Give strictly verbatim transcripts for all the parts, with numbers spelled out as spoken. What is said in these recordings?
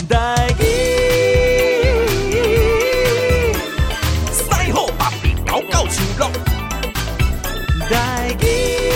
台语， 西好北边高高树落。 台语，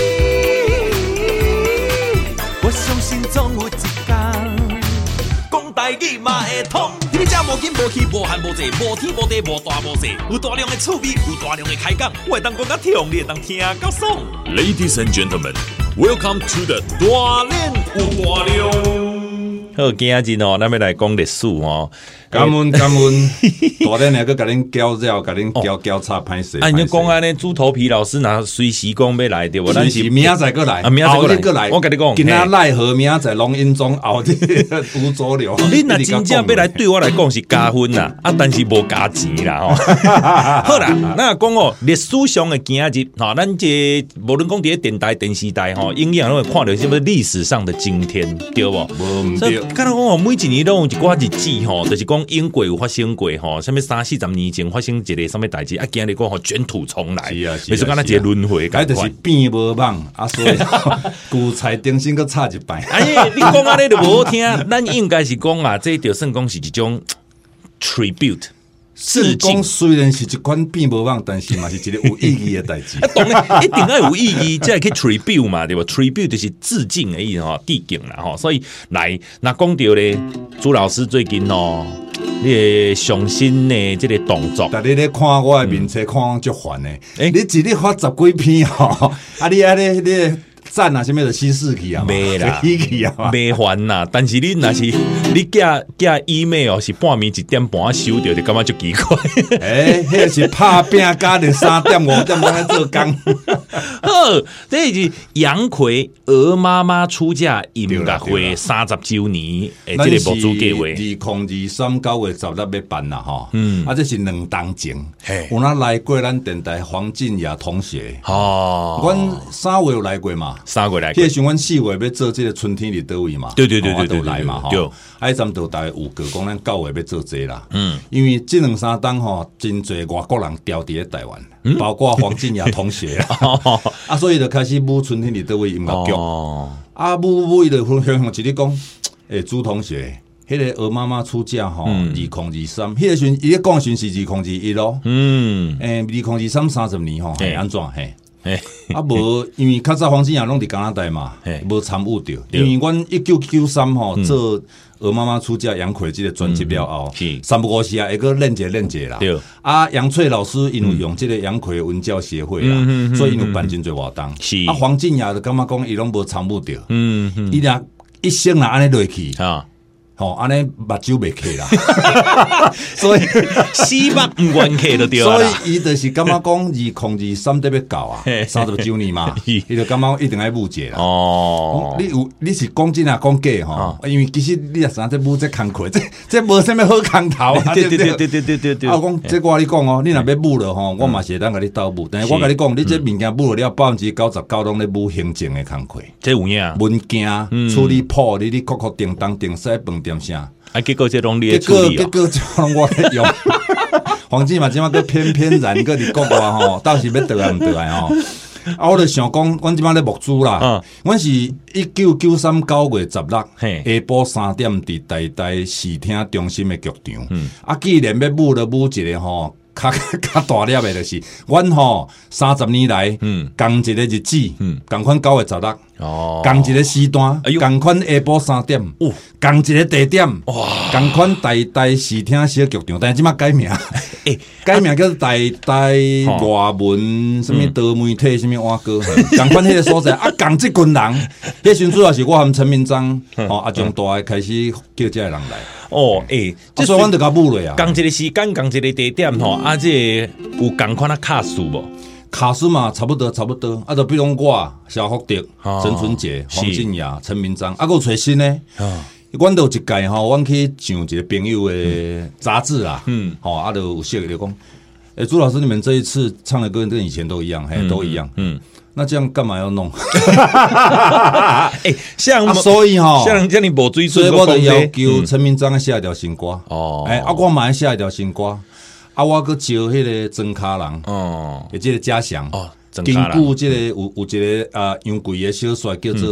我相信总有一天， 讲台语嘛会通。你这无紧无气无寒无济，无天无地无大无细，有大量的趣味，有大量的开讲，我会当讲甲痛，你会当听到爽。Ladies and gentlemen, welcome to the 大练有大量。 好，今仔日哦，咱要来讲历史哦。 感恩感恩，大点那个甲恁搅扰，甲恁搅搅叉歹势。 啊，你讲安尼，猪头皮老师若随时讲要来对无？ 咱是明仔载过来， 啊，明仔载过来。我跟你讲， 今仔奈何明仔载龙英中后这吴浊流。 你若真正要来对我来讲是加分啦，啊，但是无加钱啦哦。好啦，那讲哦，历史上的今仔日，吼，咱这无论讲伫电台、电视台吼，影影拢会看到什么历史上的今天，对无？ 无唔对。 敢若讲哦，每一年都有一寡日子吼，就是讲英国有发生过吼，什么三四十年前发生一个什么代志，啊，今日讲吼卷土重来， 是啊， 是说敢若一个轮回， 啊，就是变无猛啊，所以旧菜重新搁差一摆。 哎，你讲安尼就无好听，咱应该是讲啊，这就算讲是一种 tribute。 致敬虽然是一款变无望，但是嘛是一个有意义的代志。 啊，当然一定要有意义，才会去 tribute 嘛，对吧 ？tribute 就是致敬的意思吼，致敬啦吼。所以来，那讲到咧，朱老师最近哦，你的上新的这个动作， 但你咧看我的面册，看我足烦的。欸、你一日发十几篇吼，啊你啊你你。赞啊！什么就稀释去啊？ 没啦， 稀去啊， 没还啦。但是你那是你寄寄 email 是半暝一点半收到，就感觉就奇怪。 诶、欸，迄个是拍拼加的三点五点在做工。 好，这是杨奎鹅妈妈出嫁音乐会三十周年，诶，这个播出计划， 二零二三九月十六要办啦吼。 嗯， 啊，这是两当前，有哪来过咱电台黄静雅同学？ 哦， 阮三月有来过嘛？ 三月来过，迄个时阮四月要做这个春天里倒位嘛？ 对对对对对， 来嘛吼。 对， 啊，咱都大概有个讲咱九月要做这啦。 嗯， 因为这两三档吼，真侪外国人调伫咧台湾，嗯、包括黄静雅同学啊，啊，所以就开始舞春天里倒位音乐剧。哦、啊，舞舞伊就向向一日讲，诶，朱同学。迄个鹅妈妈出嫁吼，二零二三，迄个时伊咧讲时是二零二一咯。嗯，诶，二零二三三十年吼，系安怎嘿？啊，无因为较早黄金雅拢伫加拿大嘛，无参与着。因为阮一九九三吼做鹅妈妈出嫁杨奎这个专辑了后，三不五时啊，会个练者练者啦。啊，杨翠老师因为用这个杨奎文教协会啦，所以因有办真侪活动。啊，黄金雅就感觉讲伊拢无参与着。嗯嗯，伊若一生若安尼落去啊。吼，安尼目睭袂开啦，所以死目唔愿开就对啦。 所以伊就是感觉讲二零二三得要到啊，三十周年嘛，伊就感觉一定要舞者啦。哦，你有你是讲真啊讲假吼？因为其实你若想这舞这工课，这这无啥物好空头啊。 对对对对对对对对。 啊，我讲这我跟你讲哦，你若要舞了吼，我嘛是会当甲你斗舞，但是我甲你讲，你这物件舞了百分之九十九拢咧舞行政的工课。 这有影文件处理谱，你你确确定当定西饭。点啥？ 啊，结果这拢你处理结果结果就我用黄金嘛，即马个偏偏然个伫国外吼，到时要倒来毋倒来吼。啊，我就想讲，阮即马咧木珠啦，阮是一九九三九月十六下晡三点伫台台视听中心的剧场。啊，既然要舞了舞一个吼。较较大粒的，就是阮吼三十年来，嗯，同一个日子，嗯，同款九月十六，哦，同一个时段，同款下晡三点，哦，同一个地点，哇，同款台台视听小剧场，但是即马改名，诶，改名叫台台外文什么多媒体什么碗糕，同款迄个所在，啊，同即群人，迄时主要是我和陈明章，哦，阿中大开始叫这个人来。 哦，诶、欸， 所以阮就甲舞了啊。 同一个时间，同一个地点吼，啊，这个有共款啊卡数无？ 卡数嘛，差不多，差不多。啊，就比如我萧福德、哦、陈纯杰、黄静雅、陈明章，啊，还有找新的。哦，阮都有一届吼，阮去上一个朋友的杂志啦，嗯，吼、哦，啊，就有写就讲，诶、欸，朱老师，你们这一次唱的歌跟以前都一样，嘿，嗯、都一样，嗯。那这样干嘛要弄？ 哎、欸，像、啊、 所以哈， 像像你无追所以我就要求陈明章下一条新歌哦。哎、欸，啊，我买下一条新歌，啊，我搁招迄个曾卡人哦，也即个嘉祥哦，根据即个有有一个啊，杨贵的小说叫做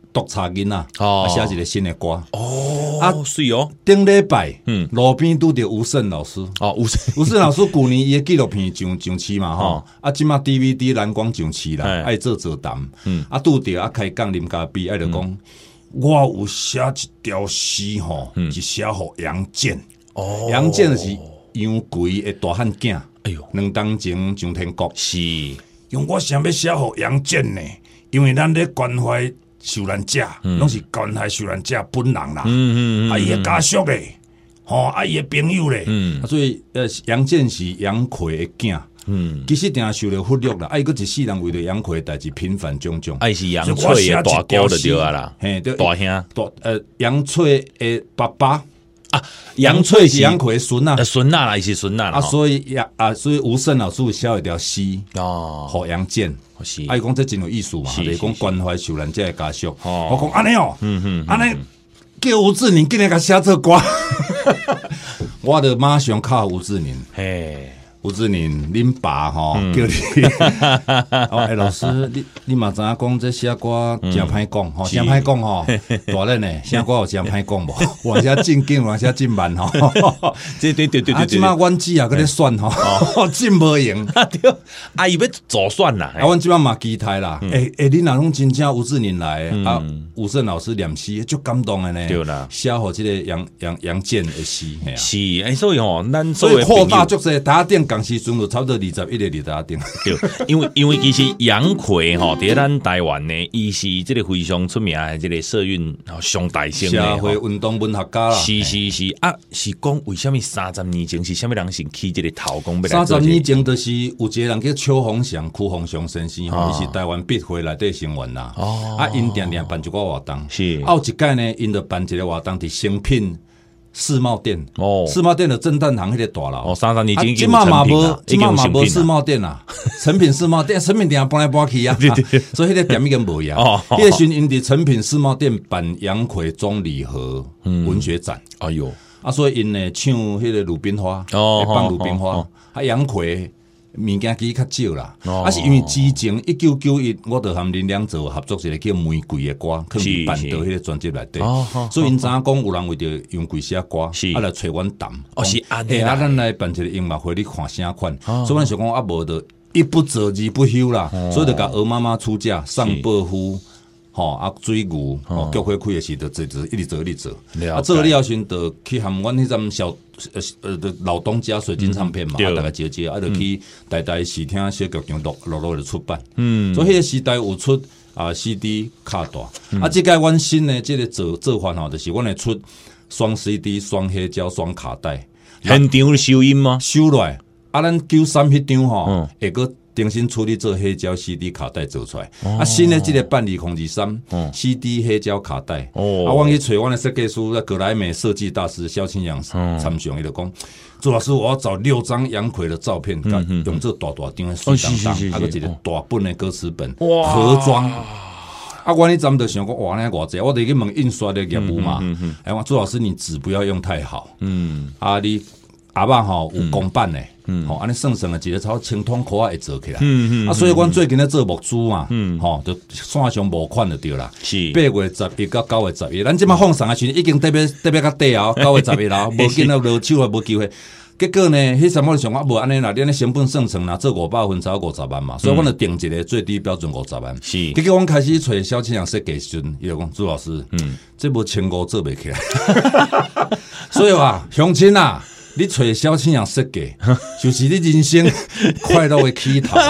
督察囡仔， 哦写一个新的歌。 哦啊是哦， 顶礼拜， 嗯路边拄着吴胜老师。 哦有吴胜老师旧年伊的纪录片上上市嘛吼哦， 啊，即马 D V D 蓝光上市啦， 哎爱做做谈， 嗯啊，拄着啊开讲啉咖啡，爱就讲，我有写一条诗吼，是写互杨戬， 哦杨戬是杨贵的大汉囝， 哎呦两当前上天国， 是用我想要写互杨戬呢，因为咱咧关怀受难者，拢是关怀受难者本人啦， 嗯嗯啊，伊的家属咧，吼，啊，伊的朋友咧， 嗯啊，所以呃，杨戬是杨奎的囝。 嗯， 其实定受到忽略啦，啊，伊个一世人为了杨奎代志频繁种种， 爱是杨翠的大哥就对啊啦， 嘿，对， 大兄大呃杨翠的爸爸啊， 杨翠是杨奎的孙啊呃，孙啊啦，伊是孙啊啦， 啊，所以杨啊，所以吴胜老师有写一条诗， 哦， 互杨戬， 是， 啊，伊讲这真有意思嘛， 是就是讲关怀受难者的家属， 哦我讲安尼哦， 嗯嗯安尼叫吴志宁今日甲写这歌，我就马上敲吴志宁。 嘿。 吴志宁，恁爸吼、嗯、叫你，哦，哎、欸，老师，你你嘛知影讲这写歌真歹讲吼，真歹讲吼，大人呢写歌有真歹讲无，有人写正经，有人写真慢吼， 对对对对对， 啊，即马阮姊也搁咧选吼，真无用， 啊对，啊伊要左选啦， 啊，阮即马嘛期待啦，诶诶，恁若拢真正吴志宁来的，啊，吴胜老师念诗，足感动的呢， 对啦， 写互即个杨杨杨戬的诗，嘿啊， 是，诶，所以吼，咱所以扩大足侪，大家讲时阵就差不多二十一个二大定。 对，因为因为其实杨奎吼，伫咱台湾呢，伊是即个非常出名的即个社运上大生社会运动文学家啦。 是是是啊，是讲为什么三十年前是啥物人先起即个头讲要来三十做这个？ 年前就是有一个人叫邱鸿祥、邱鸿祥先生吼， 哦伊、是台湾笔会内底成员啦。 哦啊，因定定办一个活动， 是啊，有一届呢，因就办一个活动伫成品世贸店。 哦世贸店的正旦行迄个大楼。 哦，三十年前已经即马嘛无， 有成品啦， 即马嘛无世成贸店啦，成品世贸店，成品店搬来搬去啊，所以迄个店已经无呀。 哦迄个时因伫成品世贸店办杨奎中礼盒文学展。 哎呦， 啊，所以因呢唱迄个鲁冰花， 哦会放鲁冰花哦哦， 啊杨奎物件机较少啦， 哦啊是因为之前一九九一，我著含林良做合作一个叫玫瑰的歌，可能办到迄个专辑内底哦哦， 所以因知影讲有人为着杨贵写歌， 是啊来找阮谈， 哦是安尼嘿啦啊咱来办一个音乐会，你看啥款，所以阮想讲啊无着一不做二不休啦，所以就甲鹅妈妈出嫁上伯父。吼啊，水牛吼，菊花开的时，就做做一直做一直做。啊，做了时就去含阮迄阵小呃呃的老东家水晶唱片嘛，啊，大家接接，啊，就去台台视听小剧场录录录就出版。嗯，所以迄个时代有出啊 C D 卡带，啊，即个阮新的即个做做法吼，就是阮会出双 C D、双黑胶、双卡带， 现场收音吗？ 收落来，啊，咱九三迄张吼，会个。重新处理做黑胶 C D 卡带做出来，哦、啊新的这个办理控制三 C D 黑胶卡带，哦、啊我去找我的设计师，格莱美设计大师萧清扬参详，伊就讲，朱老师我要找六张杨奎的照片，嗯嗯、用这大大张的水当当，啊个一个大本的歌词本盒装。啊，我那阵就想讲，哇，那偌济，我得去问印刷的业务嘛。嗯嗯哎，我朱老师，你纸不要用太好。嗯，啊，你阿爸吼有公版的。嗯，吼，安尼算算啊，一个超清通可爱会做起来。嗯嗯，啊，所以阮最近咧做木珠嘛，嗯，吼，就线上募款就对啦。是八月十一到九月十一，咱即马放送啊，时已经特别特别较底啊，九月十一啦，无紧啊，落手啊，无机会。结果呢，迄什么想法无安尼啦，你安尼成本算成啦，做五百分才五十万嘛，所以阮就定一个最低标准五十万。是，结果阮开始找萧清扬设计时阵，伊就讲朱老师，嗯，这无千五做袂起来。所以话，乡亲啊。你找萧清扬设计，就是你人生快乐的起头。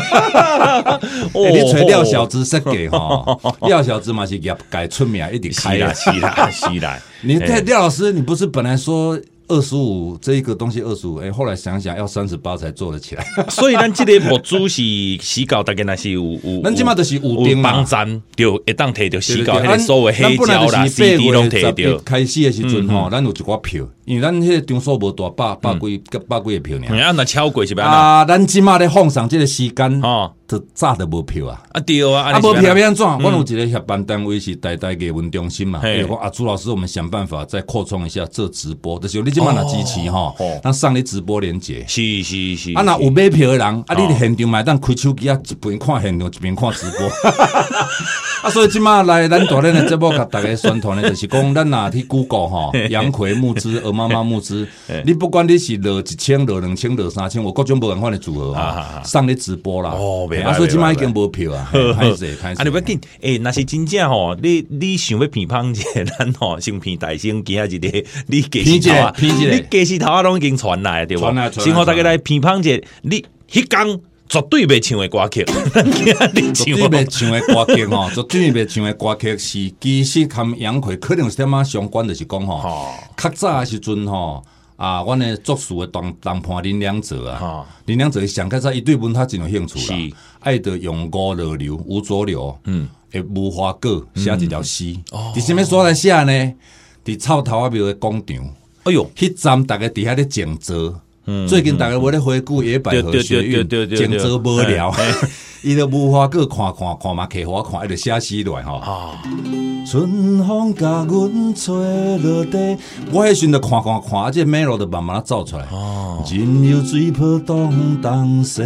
你找廖小子设计吼，廖小子嘛是业界出名，一直开啦， 是啦，是啦。 你对廖老师，你不是本来说二十五这一个东西二十五，哎，后来想想要三十八才做得起来。 所以咱这个木珠是洗稿，大概那是有有， 咱即马就是有定网站，就一当摕到洗稿，迄个所谓黑胶啦、C D 拢摕到。 开始的时阵吼，咱有一寡票。 因为咱迄个场所无大，百百几百几个票尔。 啊，那超过是吧？ 啊，咱即马咧放上即个时间， 哦， 都早都无票啊。 啊对啊， 啊无票要安怎？阮有一个协办单位是台台艺文中心嘛，伊讲啊，朱老师，我们想办法再扩充一下做直播，就是你即马若支持吼，咱上你直播连结。 是是是。 啊，若有买票的人，啊，你伫现场嘛当开手机啊，一边看现场，一边看直播。啊，所以即马来咱大连的节目，甲大家宣传的，就是讲咱若去 Google 吼，杨奎募资、鹅妈妈募资，你不管你是落一千、落两千、落三千，有各种无共款的组合哈，上你直播啦。哦，啊，所以即马已经无票啊，歹势歹势。 啊，你不要紧，诶，若是真正吼，你你想要偏芳者，咱吼先偏大先记下一个，你假石头啊，你假石头啊，拢已经传来对无？传来，先互大家来偏芳者，你迄工。绝对袂唱的歌曲， 绝对袂唱的歌曲吼，绝对袂唱的歌曲是其实含杨奎可能有点仔相关，就是讲吼，较早的时阵吼啊，阮的作词的东东盘林良泽啊，林良泽上较早伊对文学真有兴趣啦，爱着用五乐流、吴浊流，嗯，诶无花果写一条诗，伫什么所在写呢？伫草头仔庙的广场，哎哟，迄站大家伫遐咧静坐。最近大家为了回顾野百合学运，静坐无聊，伊就无花果看看看嘛，摕花看，伊就写诗来吼。春风甲阮吹落地，我迄时就看看看，啊，这美路就慢慢走出来。任由水波动荡西。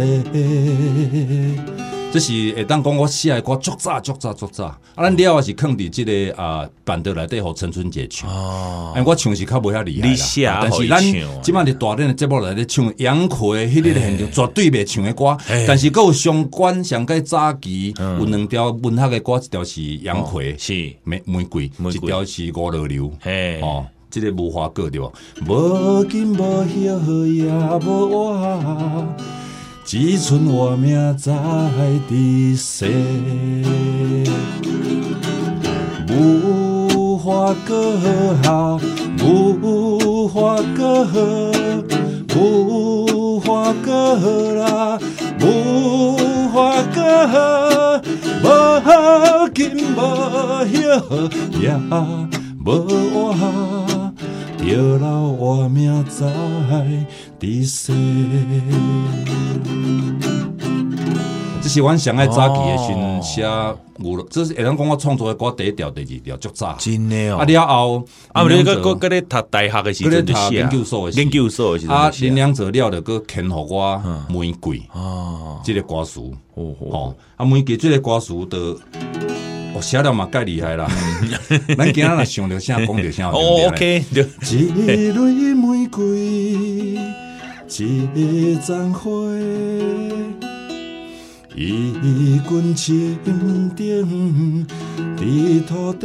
这是会当讲我写的歌足早足早足早，啊，咱了也是放伫即个啊板凳内底，互陈春杰唱。哦，哎，我唱是较无遐厉害啦，但是咱即摆伫大连的节目内底唱杨奎迄个现场绝对袂唱的歌，但是佫有相关上介早期有两条文学的歌，一条是杨奎，是玫玫瑰，一条是五乐流，哦，即个无花果对无？无金无叶也无花。只剩我命在伫世，无花果下，无花果，无花果啦，无花果，无金无叶也无花，就留我命在伫世。这是阮上爱早期的时写有，这是会当讲我创作的歌第一条、第二条足早。 真的哦。 啊了后， 啊，你个个个咧读大学的时阵就写研究所的时， 研究所的时阵啊，林良泽了就个牵互我玫瑰哦，这个歌词哦哦，啊玫瑰这个歌词的。我写了嘛，介厉害啦！咱今仔若想着啥，讲着啥。 哦 ，OK， 一蕊玫瑰，一丛花，伊滚蜻蜓伫土地，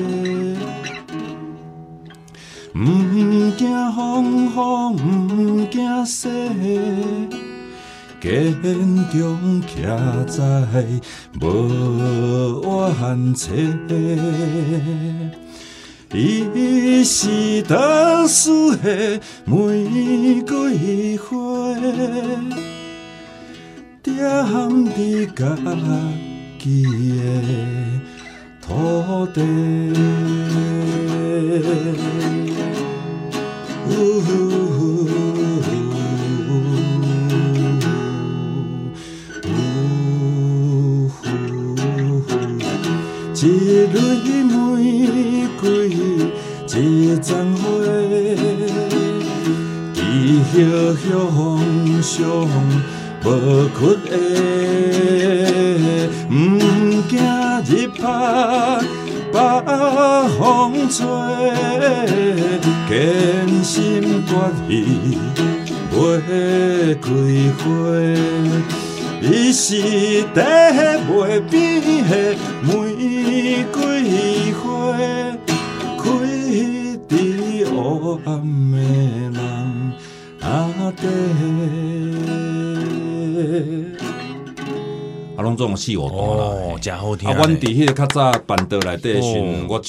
毋惊风雨，毋惊雪。坚强徛在无完切，伊是倒数的玫瑰花，点伫家己的土地。一蕊玫瑰，一丛花，伊叶向上无屈的，毋惊日晒，北风吹，坚心决意袂开花。伊是地袂变的玫瑰花，开伫黑暗的人阿底。啊，拢总四五段啦， 哦，真好听。 啊，阮伫迄个较早板凳内底时，我唱。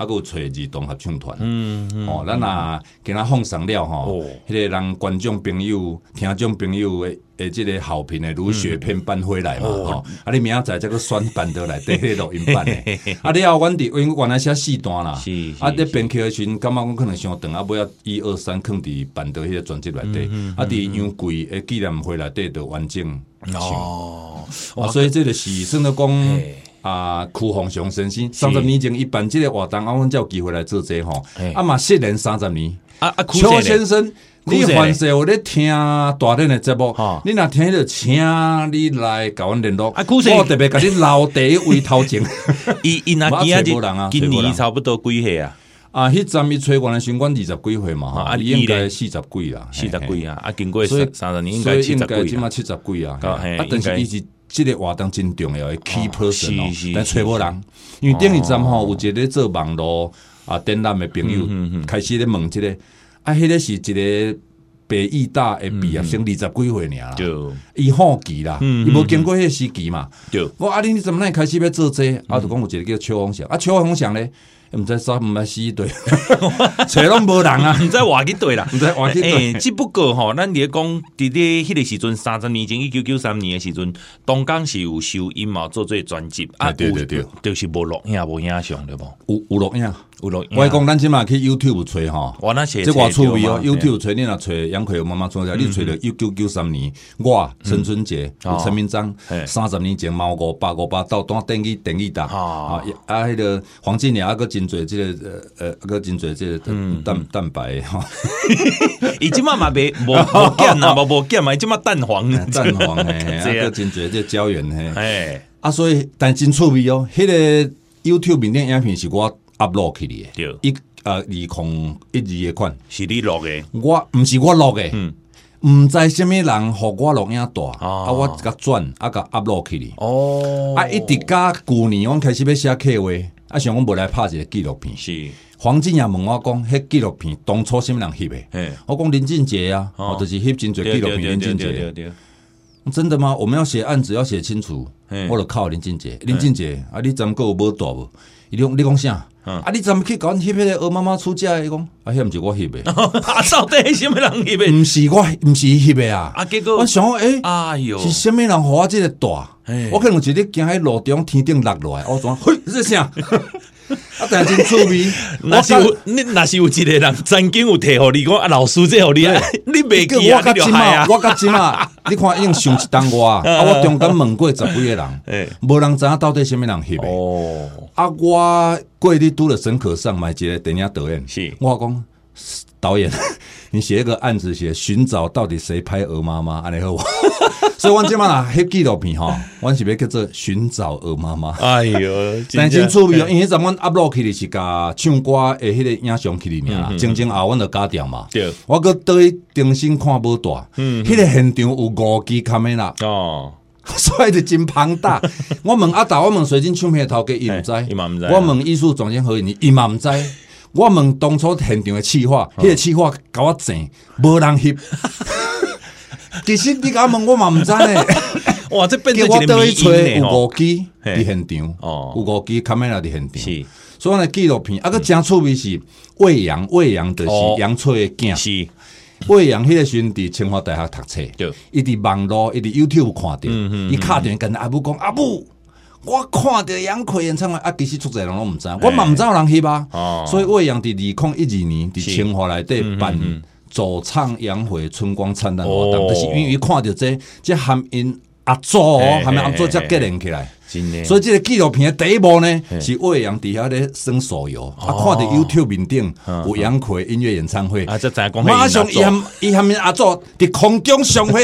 啊，佮有找儿童合唱团。 嗯嗯， 哦，咱若今仔放送了吼， 哦迄个让观众朋友、听众朋友诶诶，即个好评诶如雪片般回来嘛吼。啊，你明仔载再佮选板倒来底迄个录音版诶。啊，了后阮伫因为原来写四段啦，啊，咧编曲诶时阵，感觉讲可能伤长，啊，尾啊一二三放伫板倒迄个专辑内底，啊，伫杨贵诶纪念会内底就完整唱。哦，啊，所以这个是算做讲。啊，曲风上先生，三十年前伊办即个活动，啊，阮才有机会来做这吼，啊嘛，失联三十年。 啊啊， 邱先生，你凡是有咧听大典的节目，你若听着，请你来甲阮联络。啊，我特别甲你留第一位头前。 伊伊若今仔日今年差不多几岁啊？ 啊，迄阵伊吹完的新冠二十几岁嘛，啊，应该四十几啦， 四十几啊，啊，经过三十年应该七十几， 即马七十几啊，啊，但是伊是。即个活动真重要诶 key person 哦，但找无人，因为顶一站吼有一个做网络啊展览诶朋友开始咧问即个，啊，迄个是一个北艺大诶毕业生二十几岁尔啦，伊好奇啦，伊无经过迄个时期嘛，我啊你怎么那开始要做这？啊，就讲有一个叫邱宏祥，啊，邱宏祥咧。毋知啥，毋知死对，找拢无人啊！ 毋知话去对啦， 毋知话去对。 只不过吼，咱伫讲伫咧迄个时阵，三十年前一九九三年诶时阵，东港是有收音嘛，做做专辑啊， 对对对， 就是无录影无影像对无？ 有有录影。 有录影。 我讲咱即马去 YouTube 找吼， 我那写这偌趣味哦。YouTube 找你若找杨奎妈妈做者，你找着一九九三年，我陈春杰、陈明章，三十年前猫五百五百到当电机电力大啊啊，迄个黄金年啊个真侪即个呃呃个真侪即个蛋蛋白吼。 伊即马嘛袂无无减啊，无无减嘛，伊即马蛋黄蛋黄诶，啊个真侪即胶原嘿。哎，啊所以但真趣味哦，迄个 YouTube 面顶影片是我。upload 起嚟嘅，一呃二零一二嘅款是你錄嘅， 我唔是我錄嘅，嗯，唔知什麼人互我錄影帶，啊我甲轉啊甲 upload 起嚟，哦，啊一直甲舊年我開始要寫客話，啊想講無來拍一個紀錄片，是黃金也問我講，迄紀錄片當初什麼人翕嘅？我講林俊傑啊，我就是翕真濟紀錄片林俊傑。真的嗎？我們要寫案子要寫清楚，我就靠林俊傑，林俊傑啊，你怎個有無大無？伊講你講啥？啊！你怎麼去搞翕迄個鵝媽媽出嫁？伊講啊，迄毋是我翕的。 啊，到底係什麼人翕的？ 毋是我，毋是伊翕的啊！ 啊，結果我想講，誒， 哎呦， 是什麼人互我這個帶？我可能一日行喺路中天頂落落來，我講，嘿，這啥？啊，但係真趣味。 若是有你，若是有一個人曾經有提互你講啊，老師這互你，你袂記啊？你就害啊！ 我甲今啊，你看已經上一檔我啊，我中間問過十幾個人，無人知影到底什麼人翕的。哦，啊，我過去拄了沈可尚買一個電影導演，是我講導演，你寫一個案子寫尋找到底誰拍鵝媽媽，安尼好。所以，阮即馬啦翕紀錄片吼，阮是要叫做尋找鵝媽媽。哎呦，但真趣味哦！因為迄陣阮 upload 起嚟是甲唱歌誒，迄個影像起嚟爾，前前後阮就加掉嘛。對，我閣倒去重新看無大，迄個現場有五支卡梅拉哦，所以就真龐大。我問阿達，我問水晶唱片頭家，伊毋知；我問藝術總監何伊，伊嘛毋知。我問當初現場誒企劃，迄個企劃甲我整，無人翕。其實你甲我問我嘛毋知呢， 哇！這變成一個迷因呢， 有五支佇現場，有五支卡梅拉佇現場，所以呢紀錄片啊，個真趣味是魏陽，魏陽就是楊翠嘅囝，魏陽迄個時陣佇清華大學讀冊，伊佇網絡，伊佇 YouTube 看到，伊敲電跟阿母講，阿母，我看到楊奎演唱會，啊，其實出濟人攏毋知，我嘛毋知有人翕啊，所以魏陽佇二零一二年佇清華內底辦。走唱楊回春光燦爛活動，就是因為看到這這含因阿祖哦，含因阿祖才結連起來。所以這個紀錄片的第一幕呢，是魏陽底下咧耍手遊，啊，看到 YouTube 面頂有楊奎音樂演唱會，馬上伊含伊含因阿祖佇空中相會，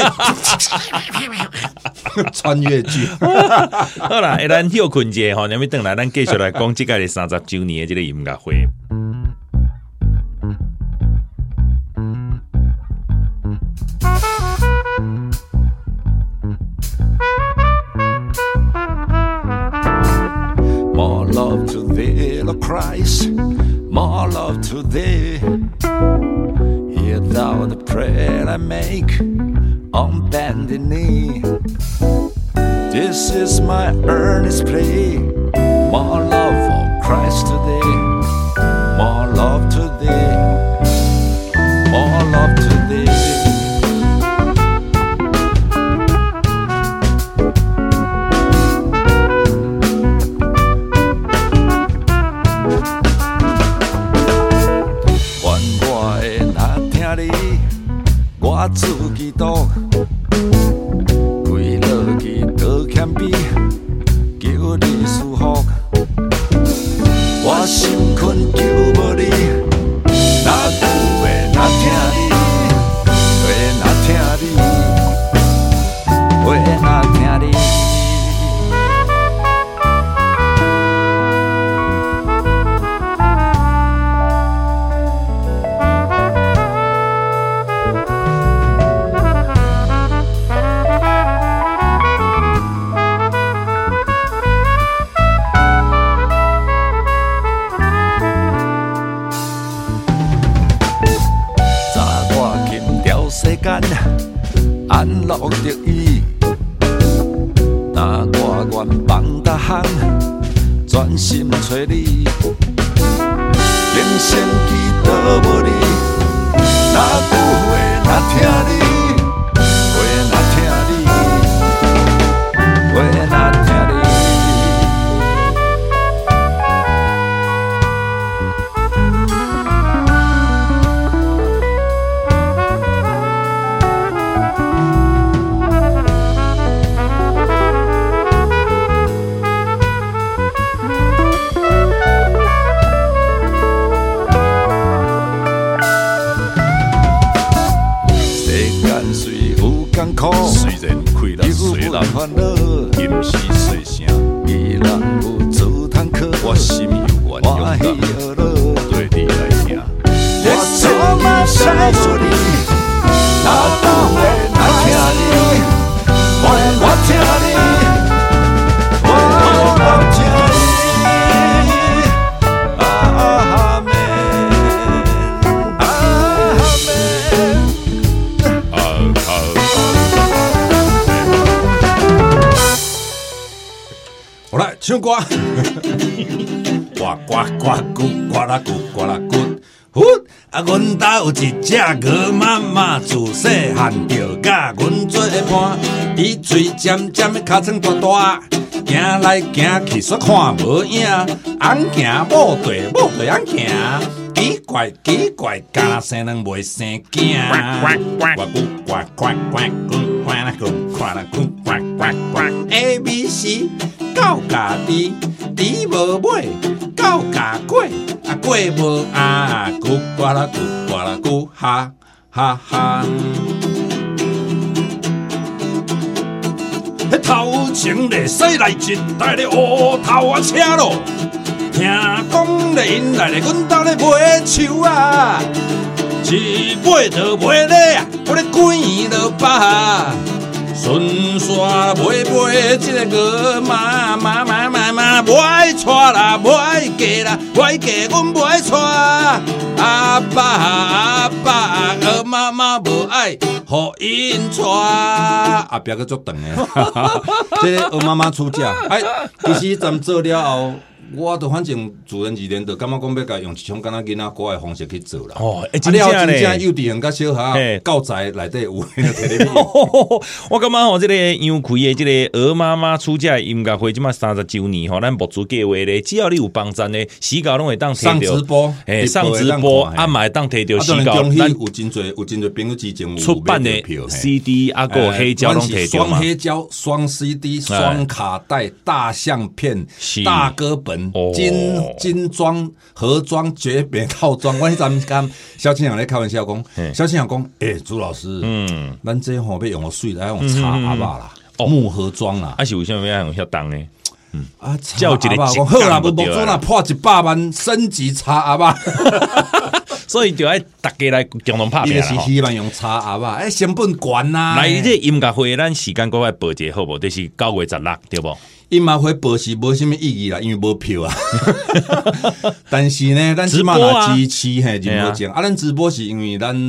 穿越劇。 好啦，咱休困者吼，然後等來咱繼續來講這個三十周年的這個音樂會。 More love to thee, Lord Christ, more love to thee. Hear thou the prayer I make on bended knee. This is my earnest plea, more love for Christ today. 我会若听你，我自己赌，规落去倒欠比，求你舒服。我心困求无你，若句话若听你，话若听你，话若听你。世间安乐得意，若我愿放逐项，专心找你。人生几多无你，若句话若听你，话若听你，话若听你。 虽然快乐虽然烦恼， 吟诗细声， 依然有自通靠。 我心有愿勇敢，对你来听。 我做嘛想无你，若句话若听你，话我听你，话我听你。阿门，阿门， 啊啊！ 好来唱歌，呱呱呱咕呱啦咕呱啦咕，呼！啊，阮家有一只鹅妈妈，自细汉就甲阮做伴，伊嘴尖尖的尻川大大，行来行去煞看无影，红行某对某对红行，奇怪奇怪，敢生人袂生囝。呱呱咕呱呱呱咕呱啦咕呱啦咕呱呱呱 A B C。狗甲猪，猪无尾，狗甲过，啊过无啊，咕呱啦咕呱啦咕，哈哈哈。迄头前咧驶来一台咧乌头啊车咯，听讲咧因来咧阮兜咧买树啊，一买就买咧啊，我咧几年就把。顺沙买买这个鹅妈妈妈妈妈，不爱娶啦，不爱嫁啦，不爱嫁阮不爱娶。阿爸阿爸，鹅妈妈无爱，互因娶。后壁个足长诶，这个鹅妈妈出嫁，哎，其实咱做了后。我都反正自然而然就感觉讲要甲用一种敢若囡仔歌诶方式去做啦。 哦，欸、真正咧， 真正幼稚园甲小学教材内底有摕咧比。 我感觉吼，这个杨开诶，这个鹅妈妈出嫁音乐会即马三十周年吼，咱募资计划咧，只要你有帮赞咧，时间拢会当上直播， 诶，上直播，啊嘛会当摕到时间。 咱有真侪有真侪朋友之前有出版的 C D 啊个黑胶拢摕到嘛。 双黑胶、双 C D、双卡带、大相片、大歌本。精精装盒装绝美套装，我迄阵刚萧清阳咧开玩笑讲，萧清阳讲，诶、欸，朱老师，嗯，咱这吼要用水来用茶阿爸啦，哦、木盒装啦， 啊是为什么要用遐重呢？ 嗯啊，叫一个好啦，无木装啦，破一百万升级茶阿爸。 所以就爱大家来共同拍拼啦。 伊是希望用茶鸭吧，哎，成本悬呐。 来，这音乐会咱时间搁爱报一下好无？就是九月十六，对无？ 音乐会报是无什么意义啦，因为无票啊。但是呢，咱起码拿支持嘿就无钱。啊，咱直播是因为咱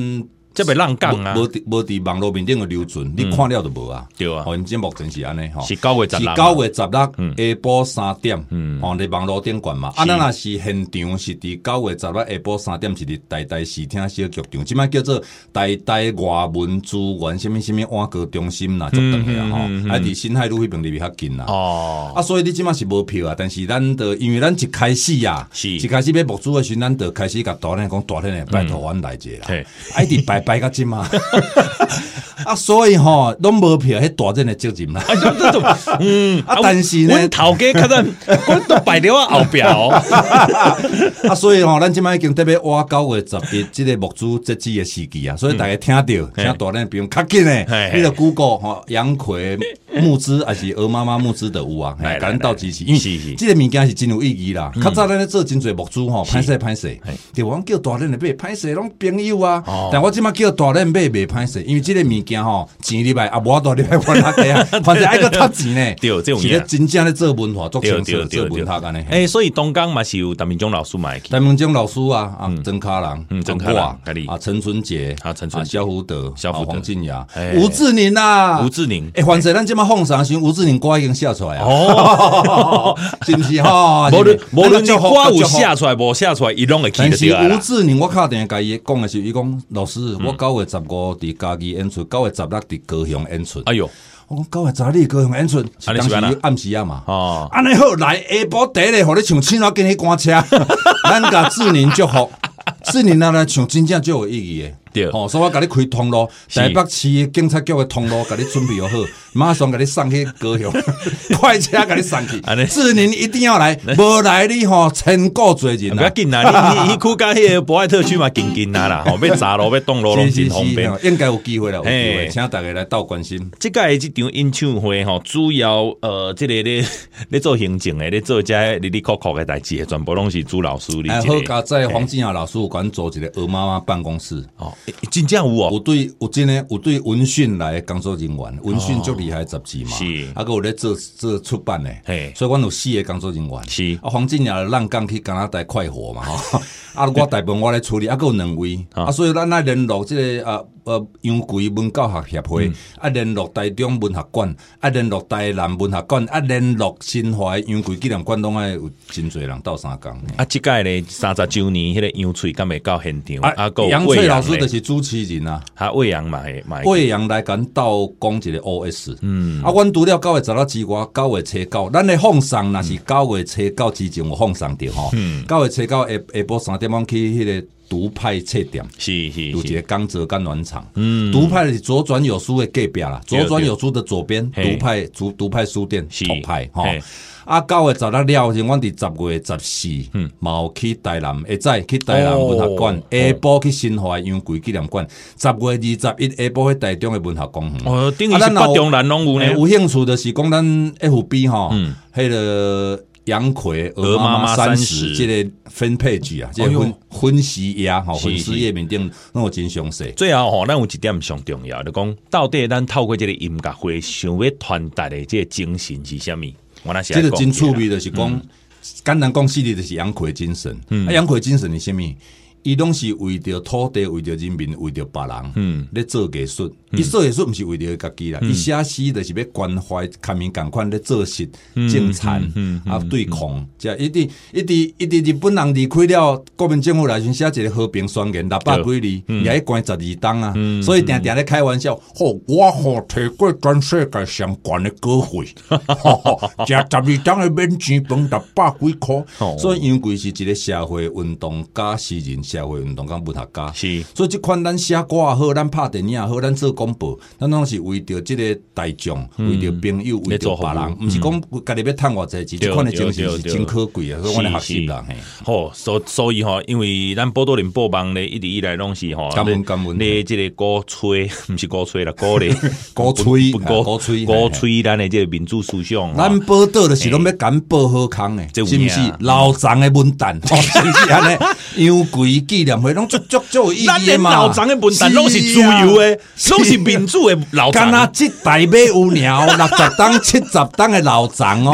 这被浪杠啊， 无无伫网络面顶嘅流传，你看了就无啊。 对啊， 哦，因目前是安尼吼， 是九月十六， 是九月十六下晡三點，哦，伫網絡頂管嘛。啊，咱若是現場是伫九月十六下晡三點，是伫台大視聽小劇場，即擺叫做台大外文資源什麼什麼碗糕中心啦，足長嘅啊吼，啊伫新海路迄邊離比較近啦。哦，啊，所以你即擺是無票啊，但是咱的因為咱一開始啊，一開始要募資嘅時，咱就開始甲大人講大人誒，拜託阮來者啦，啊，一直拜拜到即嘛。啊，所以吼，拢無票，迄大人的責任啦。嗯，啊，但是呢， 阮頭家較咱，阮都排了後壁哦。 啊，所以吼，咱即擺已經特別挖九月十一即個募資截止的時期啊，所以大家聽到，聽大人不用較緊誒，你著 Google 吼楊逵募資還是鵝媽媽募資的有啊，趕緊到支持，因為即個物件是真有意義啦。較早咱咧做真濟募資吼，歹勢歹勢，對，我叫大人來買，歹勢攏朋友啊，但我即擺叫大人買袂歹勢，因為即個物件吼錢入來啊，無多入來還下個啊，反正愛個趁錢呢。對，這種嘢真正咧做文化，做成做做文學安尼。誒， 所以東港嘛是有陳明忠老師嘛， 陳明忠老師啊，啊，曾卡郎，嗯，曾卡郎，啊，陳春杰，啊，陳春，蕭福德，蕭福德，黃靜雅，吳志寧啊， 吳志寧， 誒，反正咱即擺放上時，吳志寧歌已經寫出來啊，哦，是毋是吼？ 無論無論你歌有寫出來，無寫出來，伊攏會記得到啦。 但是吳志寧，我敲電話甲伊講嘅時候，伊講老師，我九月十五佇嘉義演出，九月十六佇高雄演出。哎呦！我講九月十六高雄演出，是當時暗時啊嘛。哦，安尼好來下晡第一個，互你唱青蛙跟迄趕車，咱甲志寧祝福，志寧啊來唱真正最有意義嘅。對，哦，所以我甲你開通路，台北市警察局嘅通路，甲你準備好，馬上甲你送去高雄，快車甲你送去。志寧一定要來，無來你吼千古罪人。 不要緊啦，你你去甲迄個博愛特區嘛，近近啦啦，吼，要閘路要東路攏真方便， 應該有機會啦，有機會，請大家來鬥關心。 即個即場演唱會吼，主要呃，即個咧咧做行政誒，咧做遮哩哩扣扣誒代志，全部攏是朱老師你。 好，加在黃靜雅老師有管做一個鵝媽媽辦公室。 哦。真正有哦， 有對有真誒，有對文訊來工作人員，文訊足厲害雜誌嘛，是，啊個有咧做做出版誒，所以阮有四個工作人員，是，啊黃靜雅浪港去加拿大快活嘛，吼，啊我大部分我來處理，啊個有兩位，啊所以咱來聯絡即個啊呃楊逵文教學協會，啊聯絡台中文學館，啊聯絡台南文學館，啊聯絡新華楊逵紀念館，攏愛有真濟人鬥相共。 啊即屆咧三十週年，迄個楊翠敢會到現場，啊個楊翠老師就是主持人啊， 哈魏陽嘛係， 魏陽來甲鬥講一個 O S， 嗯，啊，阮除了九月十六之外，九月初九，咱誒放送若是九月初九之前有放送着吼，九月初九下下晡三點，我去迄個獨派冊店，是是，有一個江浙干暖場，嗯，獨派是左轉有書誒隔壁啦，左轉有書的左邊，獨派獨獨派書店，獨派吼。啊，九月十六了，是阮佇十月十四，嗯，冇去台南，下早去台南文學館，下晡去新華楊逵紀念館，十月二十一下晡去台中嘅文學公園。 哦，等於是北中南攏有呢。 有興趣就是講咱 F B 吼，迄個楊逵鵝媽媽三十，即個分配局啊，即個分分析頁吼，粉絲頁面頂攏有真詳細。 最後吼，咱有一點上重要，就講到底咱透過即個音樂會，想要傳達嘅即個精神是啥物？ 這個真趣味，就是講，簡單講，四字就是楊逵精神。啊，楊逵精神是啥物？伊攏是為着土地，為着人民，為着別人，嗯，咧做藝術。伊做藝術毋是為着伊家己啦，伊寫詩就是要關懷人民共款咧做實正殘啊對抗。即係一直一直一直日本人離開了，國民政府來先寫一個和平宣言，六百幾字，也關十二檔啊。所以定定咧開玩笑，吼我吼提過全世界上懸嘅歌會，食十二檔嘅免錢飯六百幾箍。所以楊逵是一個社會運動家詩人。社會運動甲文學家，是，所以即款咱寫歌也好，咱拍電影也好，咱做廣播，咱攏是為着即個大眾，為着朋友，為着別人，毋是講家己要趁偌濟錢，即款嘅精神是真可貴啊！所以我哋學習啦， 吼，所所以吼，因為咱報道聯播網咧，一直以來攏是吼， 感恩感恩， 咧即個鼓吹，毋是鼓吹啦，鼓咧， 鼓吹， 鼓吹，鼓吹，咱嘅即個民主思想。 咱報道就是攏要敢報好康誒，是毋是？老張嘅文旦，是毋是安尼？楊逵紀念會攏足足足有意義嘛？ 老張嘅文旦攏是自由嘅，攏是民主嘅老張。 敢若即台北有鳥六十檔、七十檔嘅老張哦。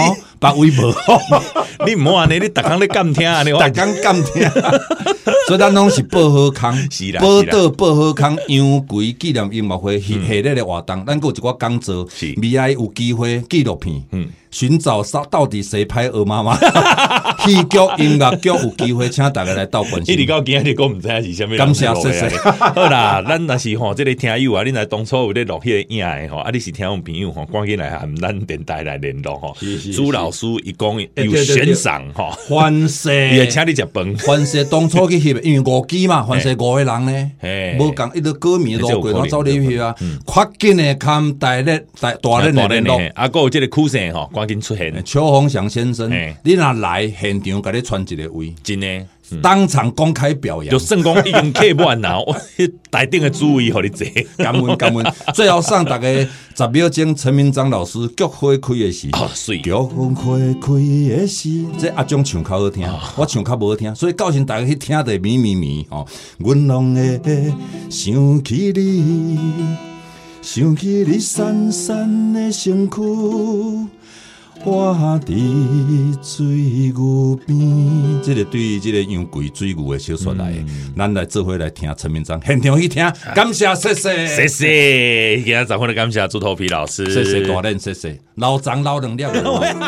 别位无好， 你唔好安尼，你逐工咧监听安尼， 逐工监听，所以咱拢是报好康，报道报好康，杨贵纪念音乐会系系列的活动，咱有一寡讲座，未来有机会纪录片，嗯，寻找到底谁拍鹅妈妈，戏剧音乐剧有机会，请大家来斗关心。 一直到今日讲唔知影是啥物， 感谢谢谢。 好啦，咱若是吼，即个听友啊，你若当初有咧录迄个影诶吼，啊，你是听众朋友吼，赶紧来含咱电台来联络吼。朱老师伊讲有悬赏吼， 欢喜， 伊会请你食饭。 反正当初去翕，因为五支嘛，反正五个人呢，无共一个歌迷路过，我走你翕啊，快紧的看大热大大热的联络， 啊，还有这个苦生吼，赶紧出现。 邱鸿祥先生，你若来现场，给你传一个位， 真的。 当场公开表扬， 就算讲已经客满啦，我台顶的主位互你坐， 感恩感恩。最后送大家十秒钟，陈明章老师菊花开的时， 啊，水菊花开的时，这阿忠唱较好听，我唱较无好听，所以到时大家去听得咪咪咪哦。阮拢会想起你，想起你闪闪的身躯。我伫水牛边，这个对于这个杨贵水牛的小说来的，咱、嗯、来做伙来听陈明章，现场去听，感谢谢谢谢谢，今日十分的感谢朱头皮老师， 谢谢大人，谢谢老张老能量。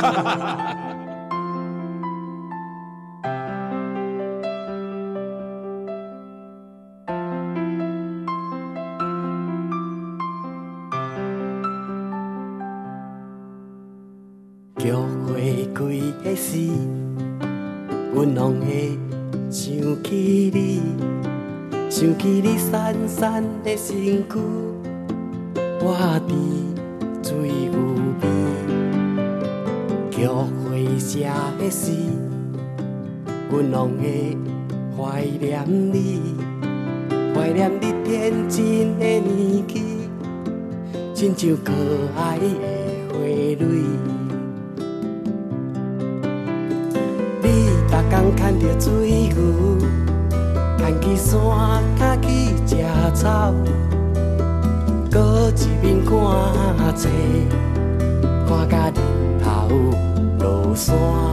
菊花开的时，阮拢会想起你，想起你闪闪的身躯。我伫水牛边，菊花谢的时，阮拢会怀念你，怀念你天真的年纪，亲像可爱的花蕊。逐工牵着水牛，牵去山脚去食草，搁一面看册，看甲日头落山。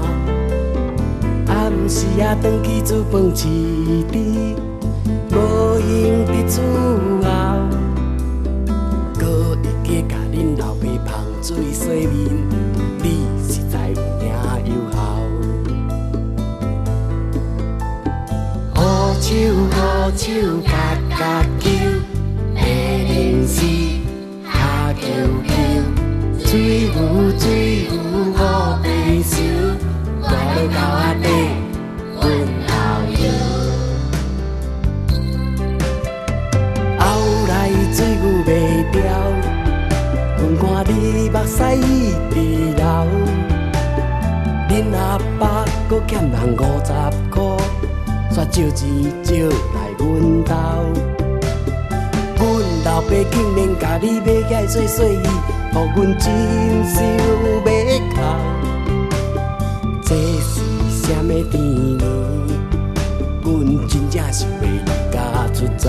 暗时啊，转去煮饭市边，无闲伫厝后，搁会记甲恁老爸芳水洗面，你实在有影有效。手好手夹夹球，白零时脚球球，水牛水牛好悲愁，大路沟仔底阮后摇。后来水牛袂掉，阮看你目屎一直流，恁阿爸搁欠人五十箍。煞借钱借来阮兜，阮老爸竟然甲你买起来做细衣，互阮真想要哭。这是啥物甜年？阮真正想要离家出走。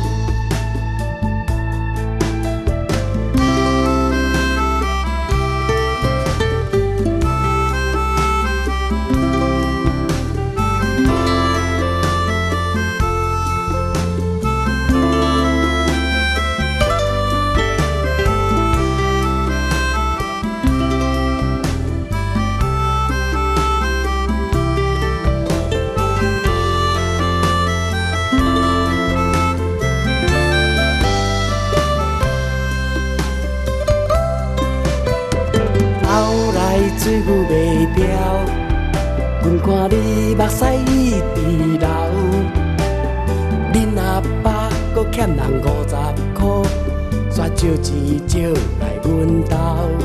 水牛袂掉，阮看你目屎一直流，恁阿爸搁欠人五十箍，煞借钱借来阮兜。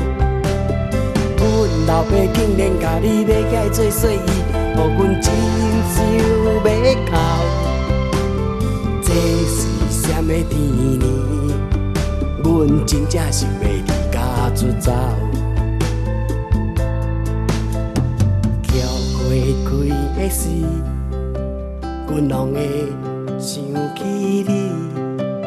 阮老爸竟然甲你买起来做细衣，互阮真想要哭。这是啥物甜年？阮真正想要离家出走。花开的时，阮拢会想起你，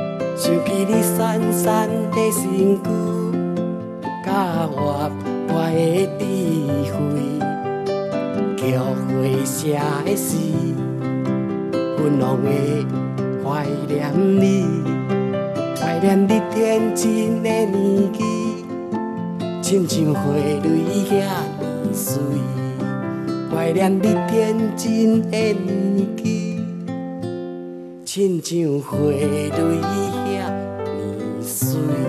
想起你闪闪的身躯，甲我怀的智慧，叫回社的事，阮拢会怀念你，怀念你天真的年纪，亲像花蕊遐尼水，怀念你天真的年纪，亲像花蕊遐尼水。